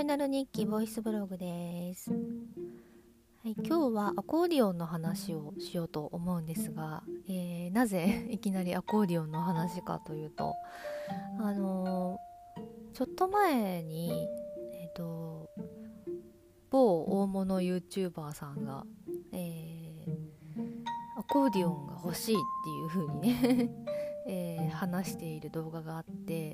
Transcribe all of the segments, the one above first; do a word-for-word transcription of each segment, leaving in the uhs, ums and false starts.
イナル日記ボイスブログです。はい、今日はアコーディオンの話をしようと思うんですが、えー、なぜいきなりアコーディオンの話かというと、あのー、ちょっと前に、えーと、某大物 YouTuber さんが、えー、アコーディオンが欲しいっていう風にね、えー、話している動画があって、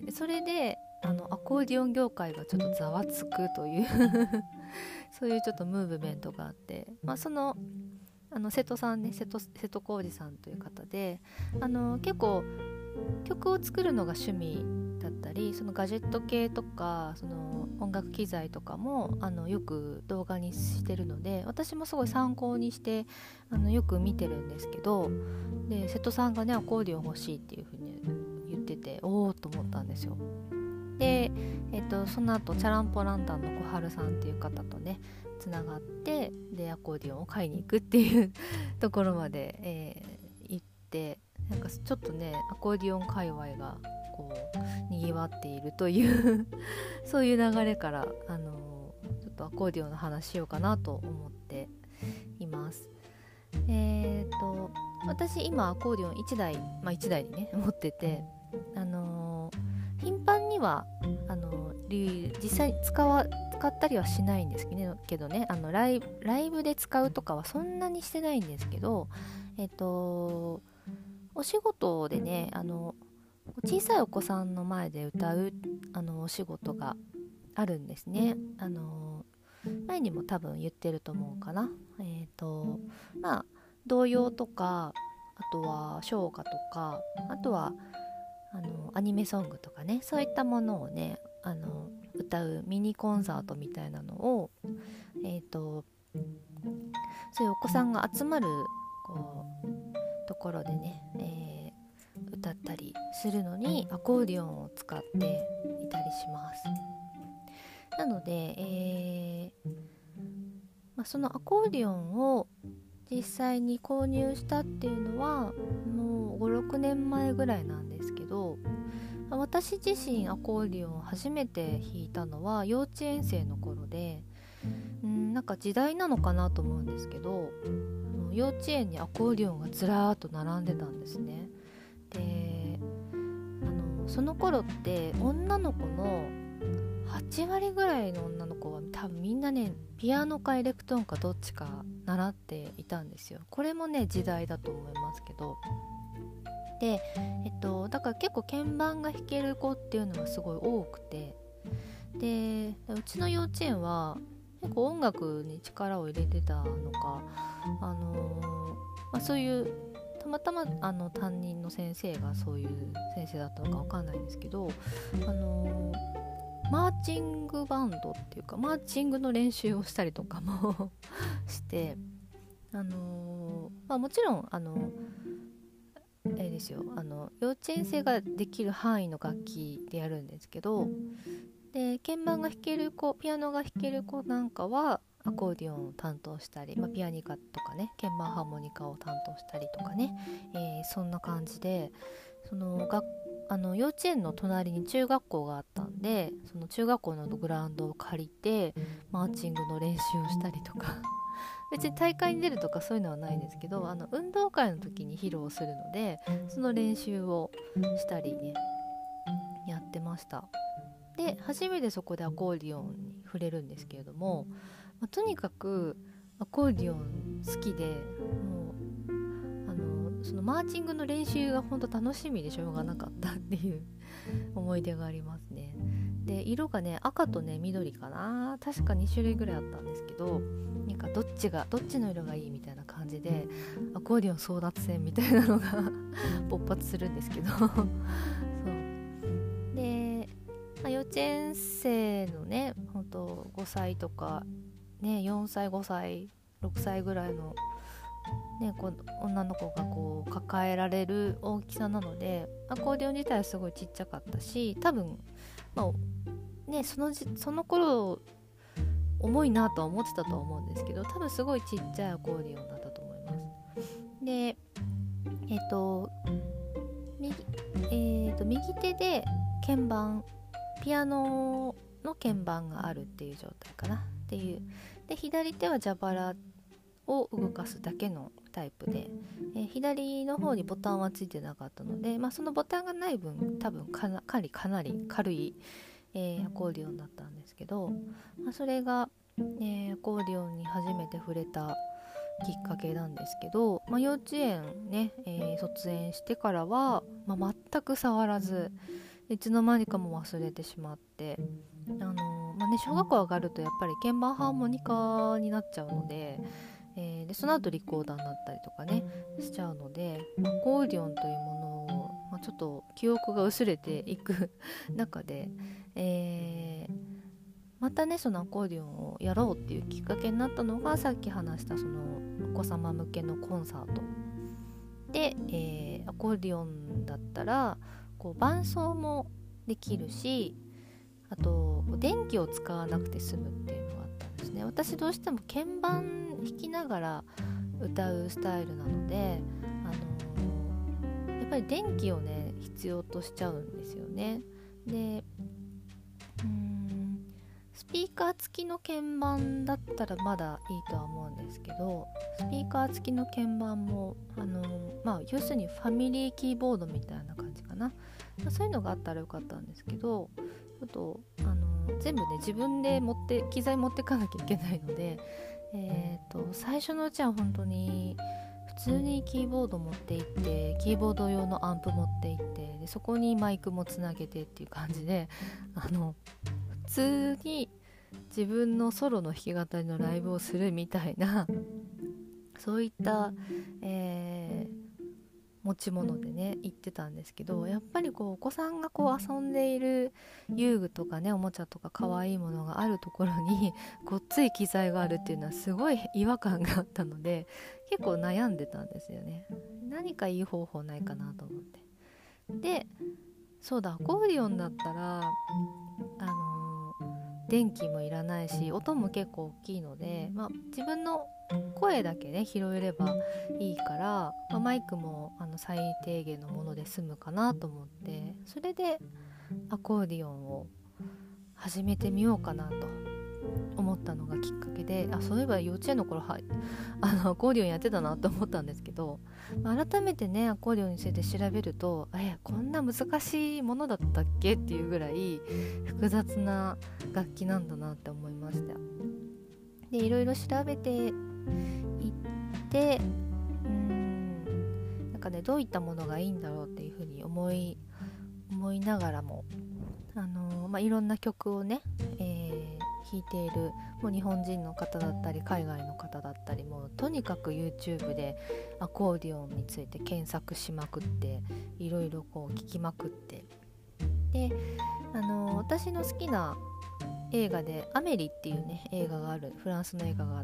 それであのアコーディオン業界がちょっとざわつくというそういうちょっとムーブメントがあって、まあ、そのあの瀬戸さんね瀬戸瀬戸康史さんという方で、あの結構曲を作るのが趣味だったり、そのガジェット系とかその音楽機材とかもあのよく動画にしてるので、私もすごい参考にしてあのよく見てるんですけど、で瀬戸さんがねアコーディオン欲しいっていう風に言ってて、おおと思ったんですよ。で、えっと、その後チャランポランタンの小春さんっていう方とねつながって、でアコーディオンを買いに行くっていうところまで、えー、行って、なんかちょっとねアコーディオン界隈がこうにぎわっているというそういう流れから、あのー、ちょっとアコーディオンの話しようかなと思っています。えーと私今アコーディオンいちだい、まあいちだいにね持ってて、あのー、頻繁にはあのー、実際に使わ使ったりはしないんですけどね、あのライブ、ライブで使うとかはそんなにしてないんですけど、えっとお仕事でね、あの小さいお子さんの前で歌うあのお仕事があるんですね。あの前にも多分言ってると思うかな。えっとまあ童謡とか、あとは唱歌とか、あとはあのアニメソングとかね、そういったものをねあの歌うミニコンサートみたいなのを、えっとそういうお子さんが集まるこうところでね、えー、歌ったりするのにアコーディオンを使っていたりします。なので、えーまあ、そのアコーディオンを実際に購入したっていうのはもうごろくねんまえぐらいなんですけど、私自身アコーディオンを初めて弾いたのは幼稚園生の頃で、んなんか時代なのかなと思うんですけど、幼稚園にアコーディオンがずらーっと並んでたんですね。で、あのその頃って女の子のはちわりぐらいの女の子は多分みんなねピアノかエレクトーンかどっちか習っていたんですよ。これもね時代だと思いますけど、で、えっと、だから結構鍵盤が弾ける子っていうのはすごい多くて、でうちの幼稚園は結構音楽に力を入れてたのか、あのーまあ、そういうたまたまあの担任の先生がそういう先生だったのかわかんないんですけど、あのーマーチングバンドっていうかマーチングの練習をしたりとかもして、あのーまあ、もちろんあのえー、ですよあの幼稚園生ができる範囲の楽器でやるんですけど、で鍵盤が弾ける子、ピアノが弾ける子なんかはアコーディオンを担当したり、まあ、ピアニカとかね鍵盤ハーモニカを担当したりとかね、えー、そんな感じで、その学あの幼稚園の隣に中学校があったんで、その中学校のグラウンドを借りてマーチングの練習をしたりとか別に大会に出るとかそういうのはないんですけど、あの運動会の時に披露するのでその練習をしたりねやってました。で初めてそこでアコーディオンに触れるんですけれども、まあ、とにかくアコーディオン好きで、もうあのそのマーチングの練習が本当楽しみでしょうがなかったっていう思い出がありますね。で色がね赤とね緑かな、確かにしゅるいぐらいあったんですけど、なんかどっちがどっちの色がいいみたいな感じでアコーディオン争奪戦みたいなのが勃発するんですけどそうで、まあ、幼稚園生のねほんとごさいとか、ね、よんさいごさいろくさいぐらいの、ね、こう女の子がこう抱えられる大きさなので、アコーディオン自体はすごいちっちゃかったし、多分、まあね、そのじその頃重いなとは思ってたとは思うんですけど、多分すごいちっちゃいアコーディオンだったと思います。でえっ、ー、と右えー、と右手で鍵盤、ピアノの鍵盤があるっていう状態かなっていう。で左手は蛇腹を動かすだけのタイプで、えー、左の方にボタンはついてなかったので、まあ、そのボタンがない分多分かなかなりかなり軽い、えー、アコーディオンだったんですけど、まあ、それが、えー、アコーディオンに初めて触れたきっかけなんですけど、まあ、幼稚園ね、えー、卒園してからは、まあ、全く触らず、いつの間にかも忘れてしまって、あのーまあね、小学校上がるとやっぱり鍵盤ハーモニカになっちゃうので、えー、でその後リコーダーになったりとかねしちゃうので、アコーディオンというものを、まあ、ちょっと記憶が薄れていく中で、えー、またねそのアコーディオンをやろうっていうきっかけになったのが、さっき話したそのお子様向けのコンサートで、えー、アコーディオンだったらこう伴奏もできるし、あと電気を使わなくて済むっていうのがあったんですね。私どうしても鍵盤弾きながら歌うスタイルなので、あのー、やっぱり電気をね必要としちゃうんですよね。でうーんスピーカー付きの鍵盤だったらまだいいとは思うんですけど、スピーカー付きの鍵盤も、あのーまあ、要するにファミリーキーボードみたいな感じかな、まあ、そういうのがあったらよかったんですけど、ちょっと、あのー、全部ね自分で持って機材持ってかなきゃいけないので、えー、と最初のうちは本当に普通にキーボード持って行って、キーボード用のアンプ持って行って、でそこにマイクもつなげてっていう感じで、あの普通に自分のソロの弾き語りのライブをするみたいなそういった、えー、持ち物でね行ってたんですけど、やっぱりこうお子さんがこう遊んでいる遊具とかねおもちゃとか可愛いものがあるところにごっつい機材があるっていうのはすごい違和感があったので、結構悩んでたんですよね。何かいい方法ないかなと思って。でそうだ、アコーディオンだったらあのー、電気もいらないし音も結構大きいので、まあ、自分の声だけね拾えればいいから、まあ、マイクもあの最低限のもので済むかなと思って、それでアコーディオンを始めてみようかなと思ったのがきっかけで、あそういえば幼稚園の頃はあのアコーディオンやってたなと思ったんですけど、改めてねアコーディオンについて調べると、えこんな難しいものだったっけっていうぐらい複雑な楽器なんだなって思いました。でいろいろ調べていって、うーんなんかねどういったものがいいんだろうっていうふうに思い思いながらも、あのーまあ、いろんな曲をね、えー弾いているもう日本人の方だったり海外の方だったり、もうとにかく YouTube でアコーディオンについて検索しまくって、いろいろこう聞きまくって、で、あのー、私の好きな映画でアメリっていうね映画がある、フランスの映画があって、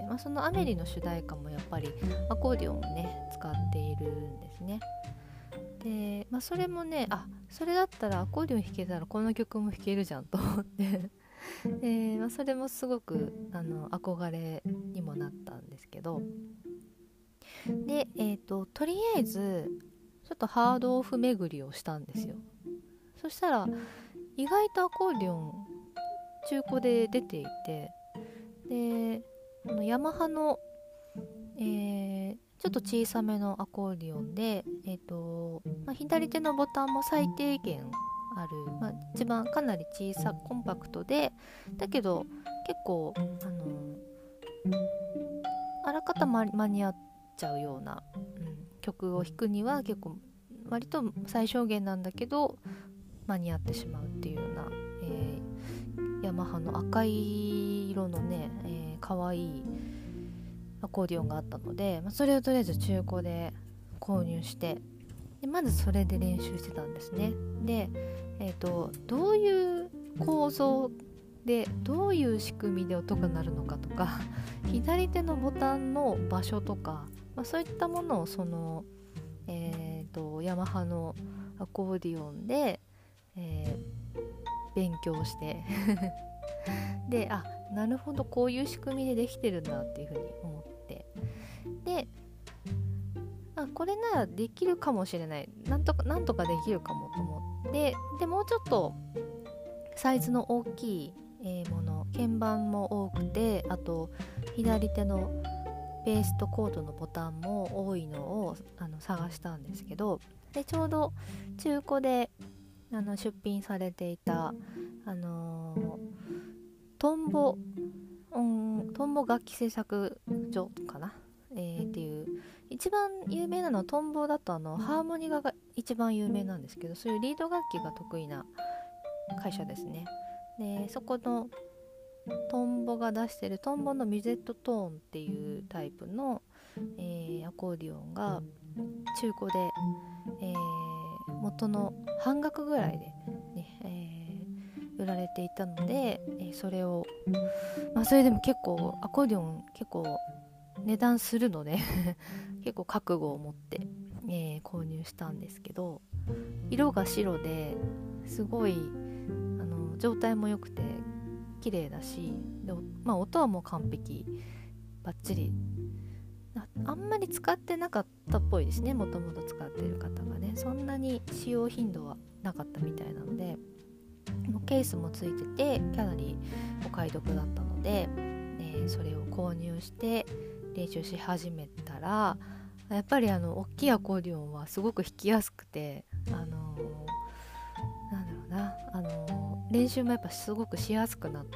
まあ、そのアメリの主題歌もやっぱりアコーディオンをね使っているんですね。で、まあ、それもね、あそれだったらアコーディオン弾けたらこの曲も弾けるじゃんと思ってで、まあ、それもすごくあの憧れにもなったんですけど、で、えーと、とりあえずちょっとハードオフ巡りをしたんですよ。そしたら意外とアコーディオン中古で出ていて、であのヤマハの、えー、ちょっと小さめのアコーディオンで、えーとまあ、左手のボタンも最低限ある、まあ、一番かなり小さコンパクトで、だけど結構あのあらかた間に合っちゃうような、うん、曲を弾くには結構割と最小限なんだけど間に合ってしまうっていうような、えー、ヤマハの赤い色のね、えー、かわいいアコーディオンがあったので、まあ、それをとりあえず中古で購入して、でまずそれで練習してたんですね。で、えーと、どういう構造でどういう仕組みで音が鳴るのかとか左手のボタンの場所とか、まあ、そういったものをその、えーと、ヤマハのアコーディオンで、えー、勉強してで、あなるほどこういう仕組みでできてるんだっていうふうに思って、であこれならできるかもしれない、なんとかなんとかできるかもと思って、でもうちょっとサイズの大きい、えーもの、鍵盤も多くて、あと左手のベースとコードのボタンも多いのをあの探したんですけど、でちょうど中古であの出品されていた、あのートンボ音トンボ楽器製作所かな、えーっていう一番有名なのはトンボだとあのハーモニカが一番有名なんですけど、そういうリード楽器が得意な会社ですね。でそこのトンボが出してるトンボのミュゼットトーンっていうタイプの、えーアコーディオンが中古で、えー元の半額ぐらいで、ねえー売られていたので、えーそれを、まあ、それでも結構アコーディオン結構値段するので結構覚悟を持って、えー購入したんですけど、色が白ですごいあの状態も良くて綺麗だし、で、まあ、音はもう完璧バッチリ。 あ, あんまり使ってなかったっぽいですね。もともと使ってる方がね、そんなに使用頻度はなかったみたいなので、もうケースもついててかなりお買い得だったので、えーそれを購入して練習し始めたら、やっぱりあの大きいアコーディオンはすごく弾きやすくて、あのーなんだろうな、あのー練習もやっぱすごくしやすくなって、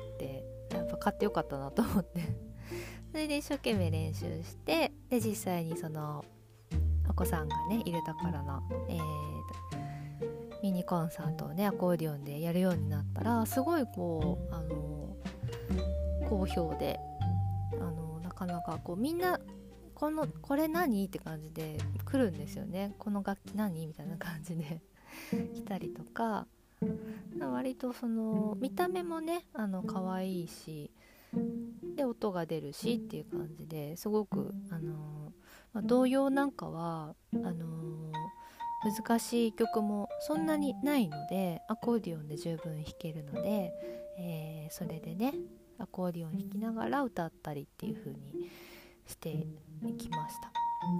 やっぱ買ってよかったなと思ってそれで一生懸命練習して、で実際にそのお子さんがねいるところの、えーミニコンサートをねアコーディオンでやるようになったら、すごいこうあのー好評で、あのーなかなかこうみんなこのこれ何って感じで来るんですよね。この楽器何みたいな感じで来たりとか、割とその見た目もねあの可愛いし、で音が出るしっていう感じですごく、あのーまあ、童謡なんかはあのー難しい曲もそんなにないのでアコーディオンで十分弾けるので、えーそれでねアコーディオン弾きながら歌ったりっていう風にしていきました。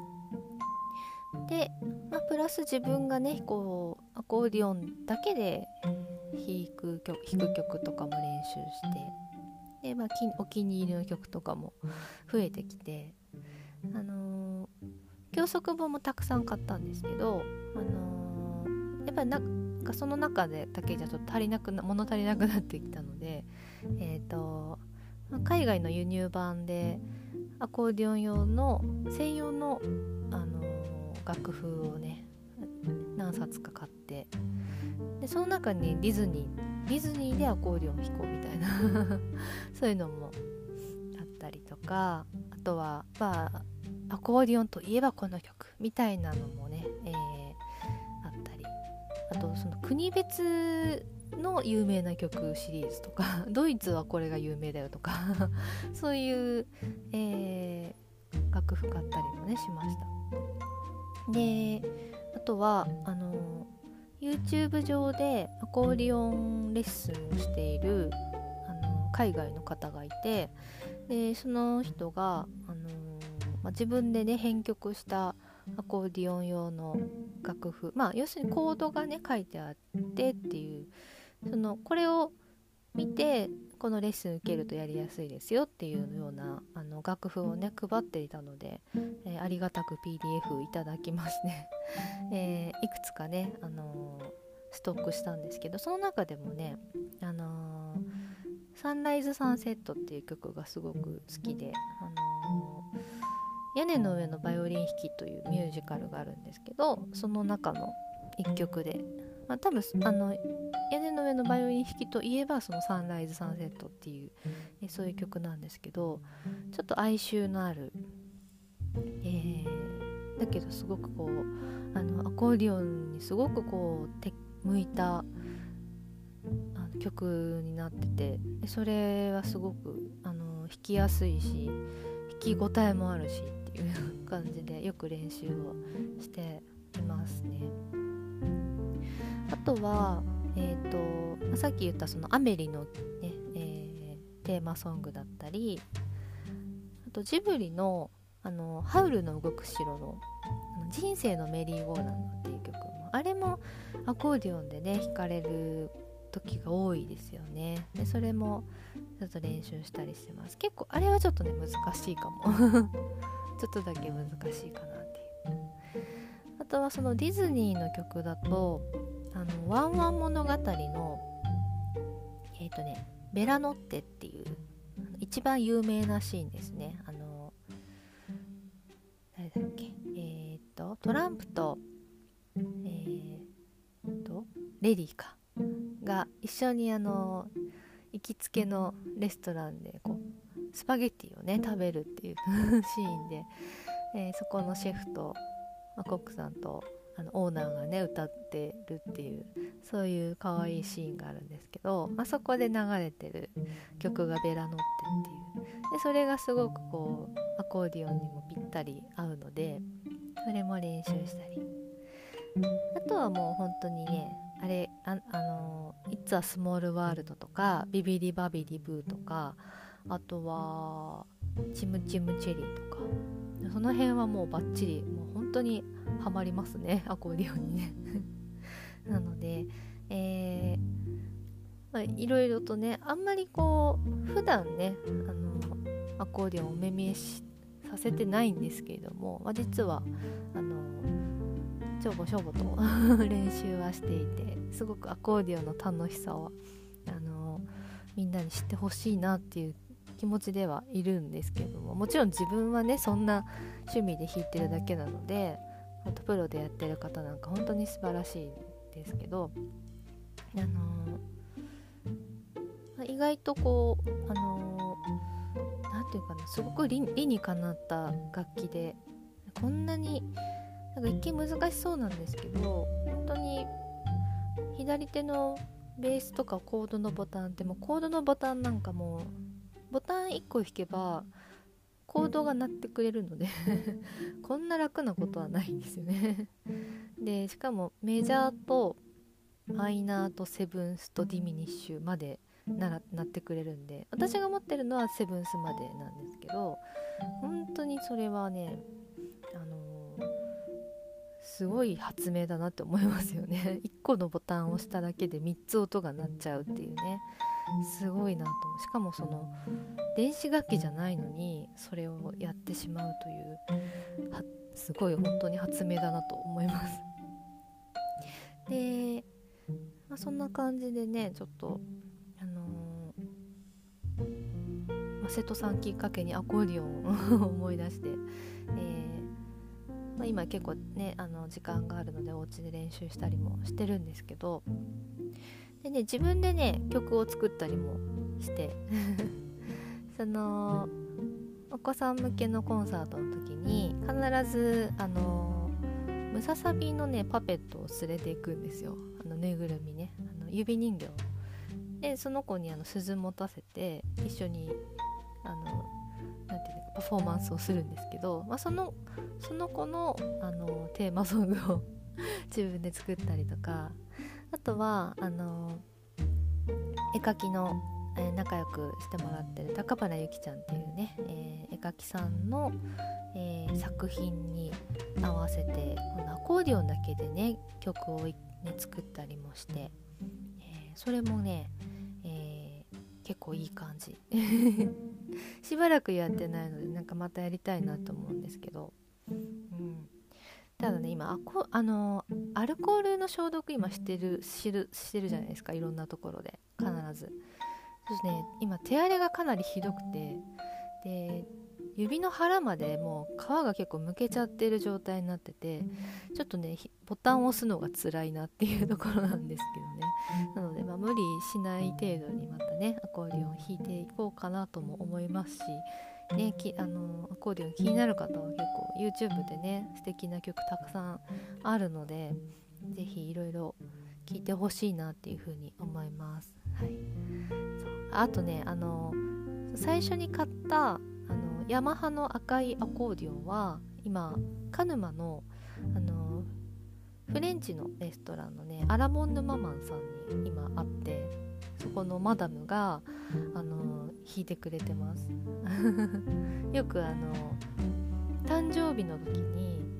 で、まあ、プラス自分がねこうアコーディオンだけで弾く曲、弾く曲とかも練習して、で、まあ、お気に入りの曲とかも増えてきて、あのー、教則本もたくさん買ったんですけど、あのー、やっぱりなんかその中でだけじゃちょっと足りなくな物足りなくなってきたので、えーとまあ、海外の輸入版でアコーディオン用の専用の、あのー楽譜をね何冊か買って、でその中にディズニーディズニーでアコーディオン弾こうみたいなそういうのもあったりとか、あとはまあアコーディオンといえばこの曲みたいなのもね、えー、あったり、あとその国別の有名な曲シリーズとかドイツはこれが有名だよとかそういう、えー、楽譜買ったりもねしました。であとはあの YouTube 上でアコーディオンレッスンをしているあの海外の方がいて、でその人が、あのまあ、自分でね編曲したアコーディオン用の楽譜、まあ要するにコードがね書いてあってっていう、そのこれを見てこのレッスン受けるとやりやすいですよっていうようなあの楽譜をね配っていたので、えー、ありがたく ピーディーエフ いただきまして、えー、いくつかね、あのー、ストックしたんですけど、その中でもね、あのー、サンライズサンセットっていう曲がすごく好きで、あのー、屋根の上のバイオリン弾きというミュージカルがあるんですけど、その中の一曲で、まあ、多分あの屋根の上のバイオリン弾きといえばそのサンライズサンセットっていう、えそういう曲なんですけど、ちょっと哀愁のある、えー、だけどすごくこうあのアコーディオンにすごくこうて向いたあの曲になってて、でそれはすごくあの弾きやすいし弾き応えもあるしっていう感じでよく練習をしていますね。あとはえーと、さっき言ったそのアメリの、ねえー、テーマソングだったり、あとジブリの、あのハウルの動く城のあの人生のメリーゴーランドっていう曲も、あれもアコーディオンでね弾かれる時が多いですよね。でそれもちょっと練習したりしてます。結構あれはちょっとね難しいかもちょっとだけ難しいかなっていう。あとはそのディズニーの曲だとあのワンワン物語のえっとねベラノッテっていう一番有名なシーンですね。あの誰だっけえっとトランプとえー、とレディかが一緒にあの行きつけのレストランでこうスパゲッティをね食べるっていうシーンで、えー、そこのシェフと、まあ、コックさんとあのオーナーがね歌ってるっていうそういう可愛いシーンがあるんですけど、まあ、そこで流れてる曲がベラノッテっていうでそれがすごくこうアコーディオンにもぴったり合うのでそれも練習したり、あとはもう本当にねあれあ、あのー、It's a Small World とかビビリバビリブーとかあとはチムチムチェリーとかその辺はもうバッチリもう本当にハマりますねアコーディオンにねなので、えーまあ、いろいろとねあんまりこう普段ねあのアコーディオンをお目見えしさせてないんですけれども、まあ、実はあのちょぼちょぼと練習はしていてすごくアコーディオンの楽しさをあのみんなに知ってほしいなっていう気持ちではいるんですけれども、もちろん自分はねそんな趣味で弾いてるだけなのであとプロでやってる方なんか本当に素晴らしいですけど、あの意外とこうあのなんていうかなすごく 理, 理にかなった楽器でこんなになんか一見難しそうなんですけど本当に左手のベースとかコードのボタンってもうコードのボタンなんかもうボタンいっこ弾けばコードが鳴ってくれるのでこんな楽なことはないんですよねでしかもメジャーとマイナーとセブンスとディミニッシュまでなら鳴ってくれるんで私が持ってるのはセブンスまでなんですけど本当にそれはねあのすごい発明だなって思いますよねいっこのボタンを押しただけでみっつ音が鳴っちゃうっていうねすごいなと思う。しかもその電子楽器じゃないのにそれをやってしまうというはすごい本当に発明だなと思いますで、まあ、そんな感じでねちょっとあのーまあ、瀬戸さんきっかけにアコーディオンを思い出して、えーまあ、今結構ねあの時間があるのでお家で練習したりもしてるんですけどでね自分でね曲を作ったりもしてそのお子さん向けのコンサートの時に必ずあのムササビのねパペットを連れていくんですよ。あのぬいぐるみねあの指人形でその子にあの鈴持たせて一緒にあのなんていうのかパフォーマンスをするんですけど、まあ、そのその子のあのテーマソングを自分で作ったりとかあとはあの絵描きの、えー、仲良くしてもらってる高原ゆきちゃんっていうね、えー、絵描きさんの、えー、作品に合わせてこのアコーディオンだけでね曲を、ね、作ったりもして、えー、それもね、えー、結構いい感じしばらくやってないのでなんかまたやりたいなと思うんですけど、うん、ただね今アコあのアルコールの消毒今してるしてるしてるじゃないですかいろんなところで必ずそしてね今手荒れがかなりひどくてで指の腹までもう皮が結構むけちゃってる状態になっててちょっとねボタンを押すのが辛いなっていうところなんですけどねなので、まあ、無理しない程度にまたねアコーディオン弾いていこうかなとも思いますしね、きあのアコーディオン気になる方は結構 YouTube でね素敵な曲たくさんあるのでぜひいろいろ聴いてほしいなっていうふうに思います、はい、そうあとねあの最初に買ったあのヤマハの赤いアコーディオンは今鹿沼のあのフレンチのレストランのねアラモンヌママンさんに今あってそこのマダムがあの弾いてくれてますよくあの誕生日の時に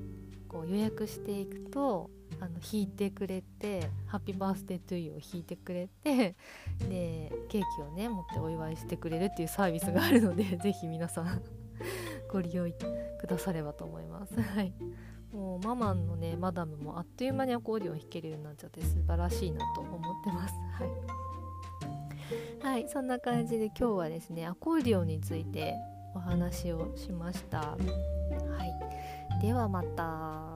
こう予約していくとあの弾いてくれてハッピーバースデートゥーユーを弾いてくれて、でケーキをね持ってお祝いしてくれるっていうサービスがあるのでぜひ皆さんご利用くださればと思います。はい、もうママンのねマダムもあっという間にアコーディオン弾けるようになっちゃって素晴らしいなと思ってます。はい、はい、そんな感じで今日はですねアコーディオンについてお話をしました。はい、ではまた。